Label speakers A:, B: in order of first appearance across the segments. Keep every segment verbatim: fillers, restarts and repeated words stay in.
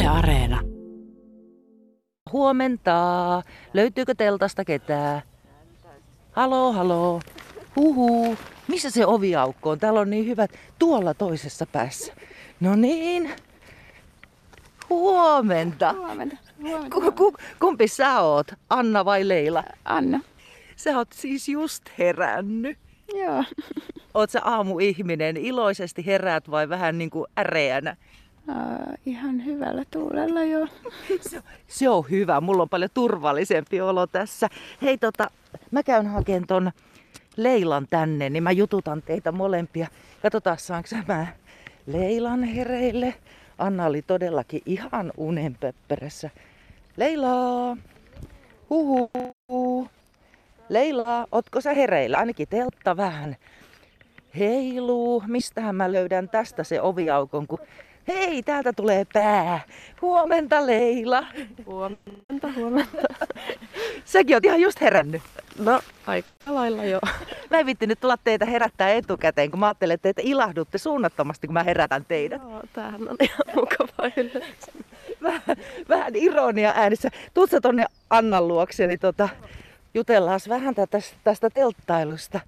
A: Yle Areena.
B: Huomenta. Löytyykö teltasta ketään? Haloo, haloo. Huhu. Missä se oviaukko on? Täällä on niin hyvät. Tuolla toisessa päässä. No niin. Huomenta.
C: Huomenta. Huomenta.
B: Ku, ku, kumpi sä oot? Anna vai Leila?
C: Anna.
B: Sä oot siis just herännyt.
C: Joo.
B: Oot sä aamuihminen? Iloisesti heräät vai vähän niin kuin äreänä?
C: Uh, ihan hyvällä tuulella joo.
B: Se, se on hyvä. Mulla on paljon turvallisempi olo tässä. Hei tota, mä käyn hakemaan ton Leilan tänne, niin mä jututan teitä molempia. Katsotaan saanko mä Leilan hereille. Anna oli todellakin ihan unenpöppörässä. Leila! Huhu! Leila, ootko sä hereillä? Ainakin teltta vähän heiluu. Mistähän mä löydän tästä se oviaukon, kun hei, täältä tulee pää. Huomenta, Leila.
D: Huomenta, huomenta.
B: Säkin oot ihan just herännyt.
D: No, aika lailla joo.
B: Mä en vitti nyt tulla teitä herättää etukäteen, kun mä ajattelen, että te ilahdutte suunnattomasti, kun mä herätän teidät.
D: Joo, tämähän on ihan mukava yllätys.
B: Vähän, vähän ironia äänissä. Tuut sä tonne Annan luokse, niin tota, jutellaan vähän tästä, tästä telttailusta.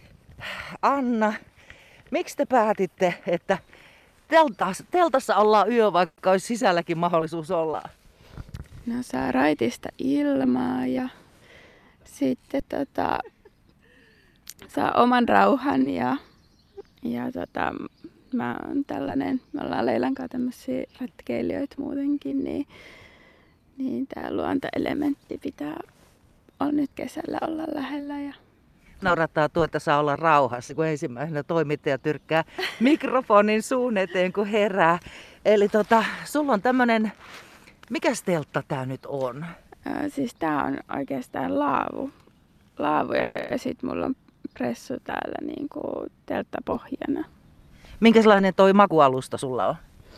B: Anna, miksi te päätitte, että teltassa, teltassa ollaan yö, vaikka olisi sisälläkin mahdollisuus olla?
C: No saa raitista ilmaa ja sitten tota, saa oman rauhan ja, ja tota, mä oon tällainen, me ollaan Leilan kanssa tämmöisiä retkeilijöitä muutenkin, niin, niin tää luontoelementti pitää on nyt kesällä olla lähellä. Ja
B: naurattaa tuo, että saa olla rauhassa, kun ensimmäisenä toimittaja tyrkkää mikrofonin suun eteen, kun herää. Eli tota, sulla on tämmönen, mikäs teltta tää nyt on?
C: Ää, siis tää on oikeastaan laavu. Laavu ja sit mulla on pressu täällä niinku telttapohjana.
B: Minkälainen toi makualusta sulla on?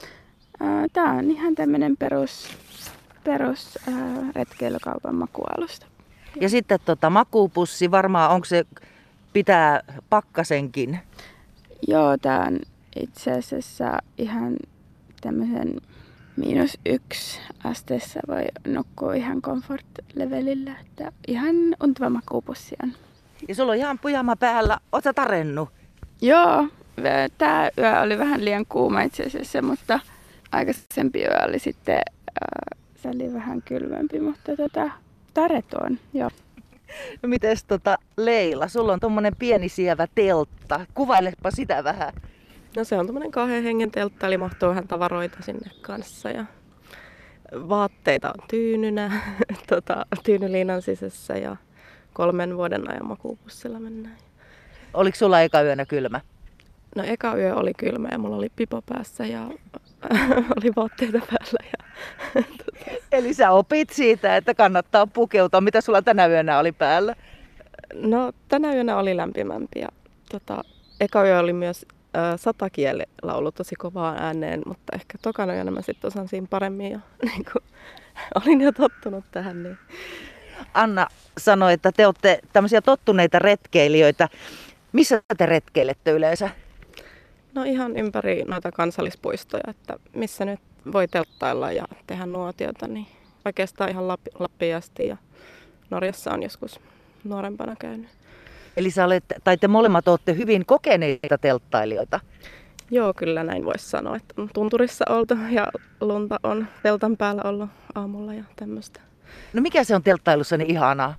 C: Ää, tää on ihan tämmönen perus, perus ää, retkeilykaupan makualusta.
B: Ja sitten tota, makuupussi, varmaan onko se, pitää pakkasenkin?
C: Joo, tää on itse asiassa ihan tämmöisen miinus yksi asteessa voi nukkua ihan comfort-levelillä, että ihan untuva makuupussi on.
B: Ja sulla on ihan pujama päällä, oot sä tarennut?
C: Joo, tää yö oli vähän liian kuuma itse asiassa, mutta aikaisempi yö oli sitten, äh, se oli vähän kylmempi, mutta tota, taret on, joo.
B: No mites tota Leila, sulla on tommonen pieni sievä teltta. Kuvailepa sitä vähän.
D: No se on tommonen kahden hengen teltta, eli mahtuu vähän tavaroita sinne kanssa. Ja vaatteita on tyynynä, tota, tyynyliinan sisässä ja kolmen vuoden ajan makuupussilla mennään.
B: Oliko sulla eka yönä kylmä?
D: No eka yö oli kylmä ja mulla oli pipo päässä ja oli vaatteita päällä. Ja, tota.
B: Eli sä opit siitä, että kannattaa pukeutua. Mitä sulla tänä yönä oli päällä?
D: No tänä yönä oli lämpimämpi ja tota, eka yö oli myös ä, satakielilaulu tosi kovaan ääneen, mutta ehkä tokana yönä mä sitten osasin paremmin ja niin kun, olin jo tottunut tähän. Niin.
B: Anna sanoi, että te olette tämmöisiä tottuneita retkeilijöitä. Missä te retkeilette yleensä?
D: No ihan ympäri noita kansallispuistoja, että missä nyt voi telttailla ja tehdä nuotiota, niin oikeastaan ihan Lappiin asti ja Norjassa on joskus nuorempana käynyt.
B: Eli sä olet, tai te molemmat olette hyvin kokeneita telttailijoita.
D: Joo, kyllä näin voisi sanoa, että on tunturissa oltu ja lunta on teltan päällä ollut aamulla ja tämmöistä.
B: No mikä se on telttailussa niin ihanaa?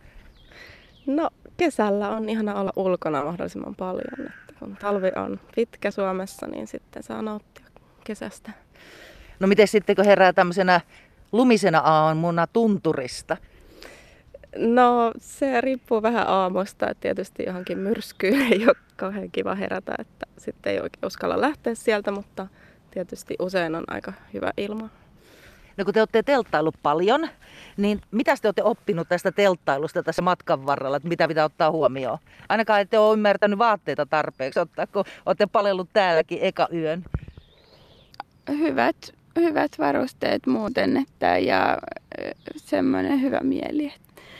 D: No kesällä on ihana olla ulkona mahdollisimman paljon, että kun talvi on pitkä Suomessa, niin sitten saa nauttia kesästä.
B: No miten sitten kun herää tämmöisenä lumisena aamuna tunturista?
D: No se riippuu vähän aamusta, että tietysti johonkin myrskyyn ei ole kauhean kiva herätä, että sitten ei oikein uskalla lähteä sieltä, mutta tietysti usein on aika hyvä ilma.
B: No kun te olette telttaillut paljon, niin mitä te olette oppinut tästä telttailusta tässä matkan varrella, että mitä pitää ottaa huomioon? Ainakaan ette ole ymmärtänyt vaatteita tarpeeksi ottaa, kun olette palellut täälläkin eka yön.
C: Hyvät, hyvät varusteet muuten, että ja semmoinen hyvä mieli.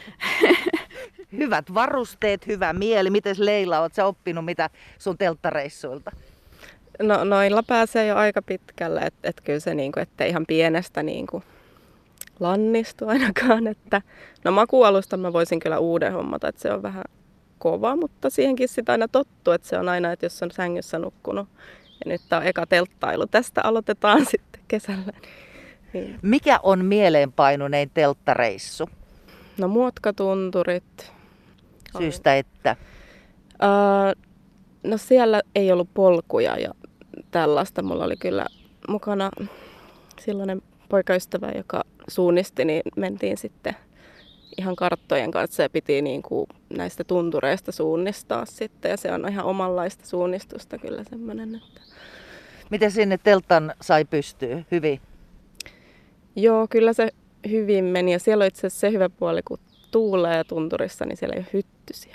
B: Hyvät varusteet, hyvä mieli. Mites Leila, oot sä oppinut mitä sun telttareissuilta?
D: No noilla pääsee jo aika pitkälle, että et kyllä se niinku, ettei ihan pienestä niinku lannistu ainakaan. Että, no makuualusta mä voisin kyllä uuden hommata, että se on vähän kova, mutta siihenkin sitä aina tottuu, että se on aina, että jos on sängyssä nukkunut. Ja nyt tää on eka telttailu. Tästä aloitetaan sitten kesällä. Niin.
B: Mikä on mieleenpainunein telttareissu?
D: No muotkatunturit.
B: Syystä, että...
D: Uh, no siellä ei ollut polkuja ja tällaista. Mulla oli kyllä mukana silloinen poikaystävä, joka suunnisti, niin mentiin sitten ihan karttojen kanssa ja piti niin kuin näistä tuntureista suunnistaa sitten. Ja se on ihan omanlaista suunnistusta kyllä semmoinen. Että...
B: Miten sinne telttaan sai pystyä? Hyvin?
D: Joo, kyllä se hyvin meni. Ja siellä on itse asiassa se hyvä puoli, kun tuulee tunturissa, niin siellä ei ole hyttysiä.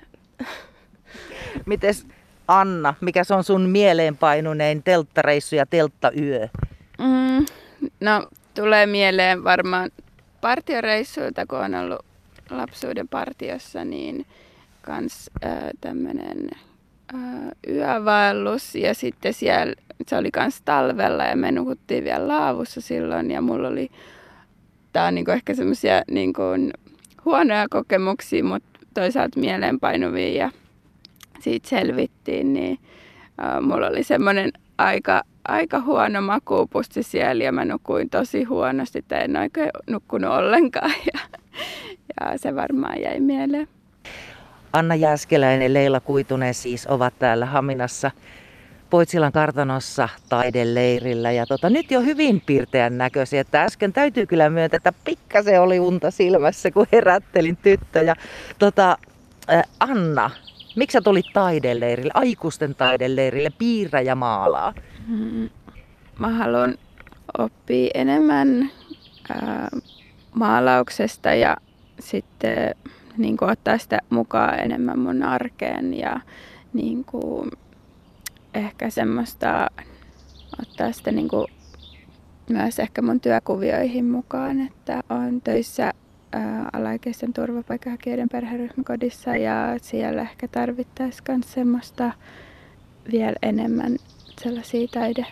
B: Mites Anna, mikä se on sun mieleenpainunein telttareissu ja telttayö?
C: Mm, no tulee mieleen varmaan partioreissuilta, kun on ollut lapsuuden partiossa, niin kans äh, tämmönen äh, yövaellus ja sitten siellä, se oli kans talvella ja me nukuttiin vielä laavussa silloin ja mulla oli, tää on niinku ehkä semmosia niinku huonoja kokemuksia, mutta toisaalta mieleenpainuvia ja siitä selvittiin, niin äh, mulla oli semmoinen aika, aika huono makuupusti siellä ja mä nukuin tosi huonosti tai en oikein nukkunut ollenkaan ja, ja se varmaan jäi mieleen.
B: Anna Jääskeläinen ja Leila Kuitunen siis ovat täällä Haminassa Poitsilan kartanossa taideleirillä ja tota, nyt jo hyvin piirteän näköisiä, että äsken täytyy kyllä myöntää, että pikkasen oli unta silmässä, kun herättelin tyttöjä. Tota, äh, Anna, miksi sä tulit taideleirille, aikuisten taideleirille, piirrä ja maalaa?
C: Hmm. Mä haluan oppia enemmän ää, maalauksesta ja sitten niin kuin, ottaa sitä mukaan enemmän mun arkeen ja niin kuin, ehkä semmoista ottaa sitä niin kuin, myös ehkä mun työkuvioihin mukaan, että on töissä ää, alaikäisten turvapaikanhakijoiden perheryhmäkodissa ja siellä ehkä tarvittaisiin myös semmoista vielä enemmän sellaisia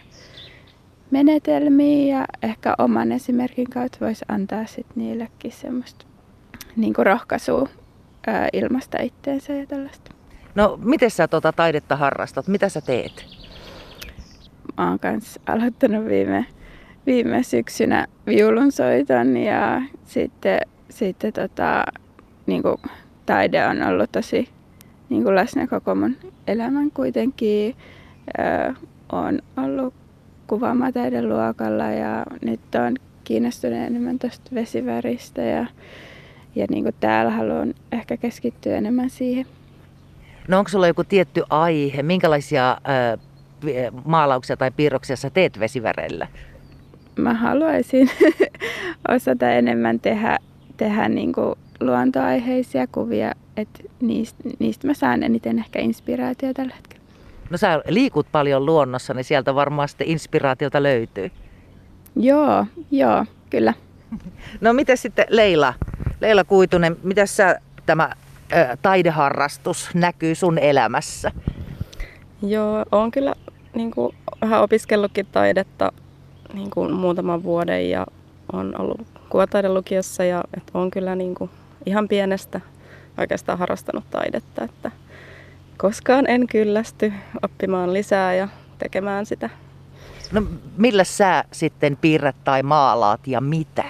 C: taidemenetelmiä ja ehkä oman esimerkin kautta voisi antaa sit niillekin semmoista niin kuin rohkaisua ää, ilmaista itteensä ja tällaista.
B: No, miten sä tuota taidetta harrastat? Mitä sä teet?
C: Mä oon kanssa aloittanut viime, viime syksynä viulunsoiton ja sitten, sitten tota, niin kuin taide on ollut tosi niin kuin läsnä koko mun elämän kuitenkin. Ää, oon ollut kuvaamataideluokalla ja nyt on kiinnostunut enemmän tuosta vesiväristä ja, ja niin kuin täällä haluan ehkä keskittyä enemmän siihen.
B: No onko sulla joku tietty aihe? Minkälaisia äh, maalauksia tai piirroksia sä teet vesiväreillä?
C: Mä haluaisin osata enemmän tehdä, tehdä niin kuin luontoaiheisia kuvia, että niistä, niistä mä saan eniten ehkä inspiraatiota tällä hetkellä.
B: No sä liikut paljon luonnossa, niin sieltä varmaan sitten inspiraatiota löytyy.
C: Joo, joo, kyllä.
B: No miten sitten Leila, Leila Kuitunen, miten sä tämä ä, taideharrastus näkyy sun elämässä?
D: Joo, oon kyllä niin kuin, vähän opiskellutkin taidetta niin kuin, muutaman vuoden ja on ollut kuvataidelukiossa ja et oon kyllä niin kuin, ihan pienestä oikeastaan harrastanut taidetta, että koskaan en kyllästy oppimaan lisää ja tekemään sitä.
B: No millä sä sitten piirrät tai maalaat ja mitä?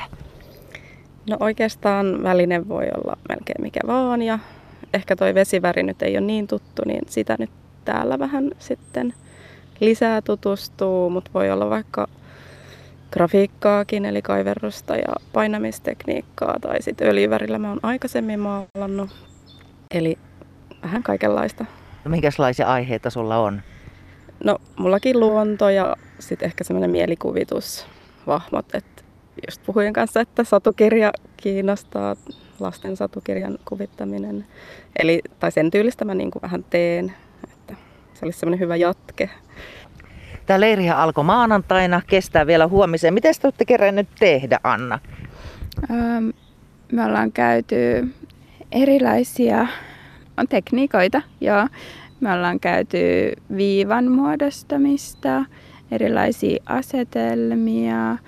D: No oikeastaan väline voi olla melkein mikä vaan ja ehkä toi vesiväri nyt ei ole niin tuttu, niin sitä nyt täällä vähän sitten lisää tutustuu, mutta voi olla vaikka grafiikkaakin eli kaiverrusta ja painamistekniikkaa tai sitten öljyvärillä mä oon aikaisemmin maalannut, eli vähän kaikenlaista.
B: No minkälaisia aiheita sulla on?
D: No mullakin luonto ja sitten ehkä semmoinen mielikuvitusvahmot, että just puhuin kanssa, että satukirja kiinnostaa, lasten satukirjan kuvittaminen. Eli, tai sen tyylistä mä niin kuin vähän teen, että se olisi semmoinen hyvä jatke.
B: Tämä leirihän alkoi maanantaina, kestää vielä huomiseen. Miten te olette kerännyt tehdä, Anna?
C: Öö, me ollaan käyty erilaisia on tekniikoita, joo. Me ollaan käyty viivan muodostamista, erilaisia asetelmia. Ähm,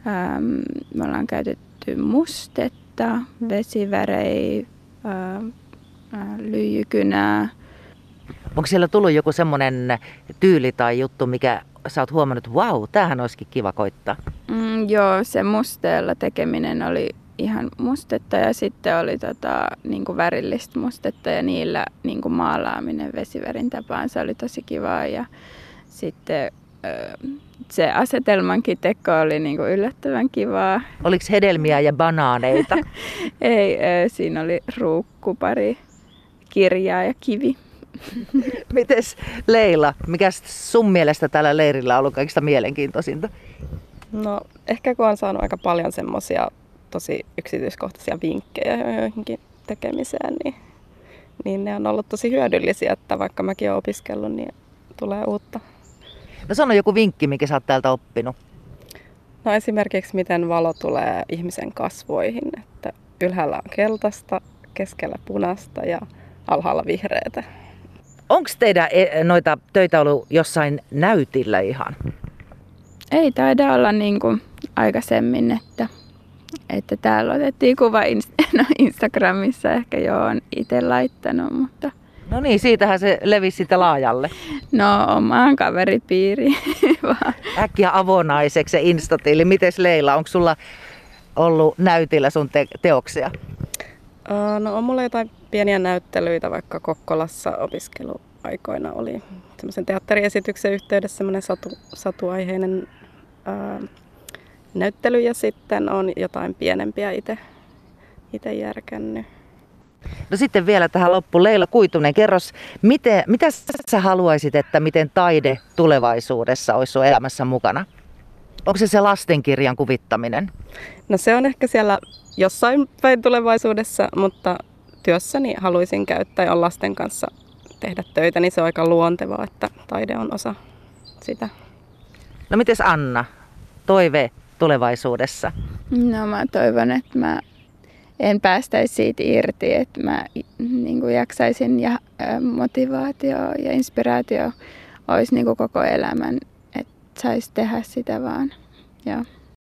C: me ollaan käytetty mustetta, vesivärejä, äh, äh, lyijykynää.
B: Onko siellä tullut joku semmoinen tyyli tai juttu, mikä sä oot huomannut, että vau, tämähän olisikin kiva koittaa?
C: Mm, joo, se musteella tekeminen oli ihan mustetta ja sitten oli tota, niinku värillistä mustetta ja niillä niinku maalaaminen vesivärin tapaan. Se oli tosi kivaa ja sitten se asetelmankin teko oli niinku yllättävän kivaa.
B: Oliko hedelmiä ja banaaneita?
C: Ei, siinä oli ruukku, pari kirjaa ja kivi.
B: Mites Leila, mikä sun mielestä tällä leirillä on ollut kaikista mielenkiintoisinta?
D: No ehkä kun on saanut aika paljon semmoisia tosi yksityiskohtaisia vinkkejä joihinkin tekemiseen, niin, niin ne on ollut tosi hyödyllisiä, että vaikka mäkin olen opiskellut, niin tulee uutta.
B: No sano joku vinkki, mikä sä oot täältä oppinut.
D: No esimerkiksi miten valo tulee ihmisen kasvoihin, että ylhäällä on keltaista, keskellä punaista ja alhaalla vihreätä.
B: Onko teidän noita töitä ollut jossain näytillä ihan?
C: Ei taida olla niin kuin aikaisemmin, että, että täällä otettiin kuva Inst- no Instagramissa, ehkä jo on itse laittanut, mutta...
B: No niin, siitähän se levisi sitten laajalle.
C: No omaan kaveripiiriin vaan.
B: Äkkiä avonaiseksi se Instatili. Mites Leila, onko sulla ollut näytillä sun te- teoksia?
D: No on mulla jotain pieniä näyttelyitä, vaikka Kokkolassa opiskeluaikoina oli semmoisen teatteriesityksen yhteydessä semmoinen satu, satuaiheinen ää, näyttely ja sitten on jotain pienempiä itse itse järkännyt.
B: No sitten vielä tähän loppuun. Leila Kuitunen, kerros, miten, mitä sä haluaisit, että miten taide tulevaisuudessa olisi sun elämässä mukana? Onko se se lastenkirjan kuvittaminen?
D: No se on ehkä siellä jossain päin tulevaisuudessa, mutta työssäni haluaisin käyttää ja lasten kanssa tehdä töitä, niin se on aika luontevaa, että taide on osa sitä.
B: No mites Anna, toive tulevaisuudessa?
C: No mä toivon, että mä en päästäisi siitä irti, että mä niin kuin jaksaisin ja motivaatio ja inspiraatio olisi niin kuin koko elämän, että saisi tehdä sitä vaan. Joo.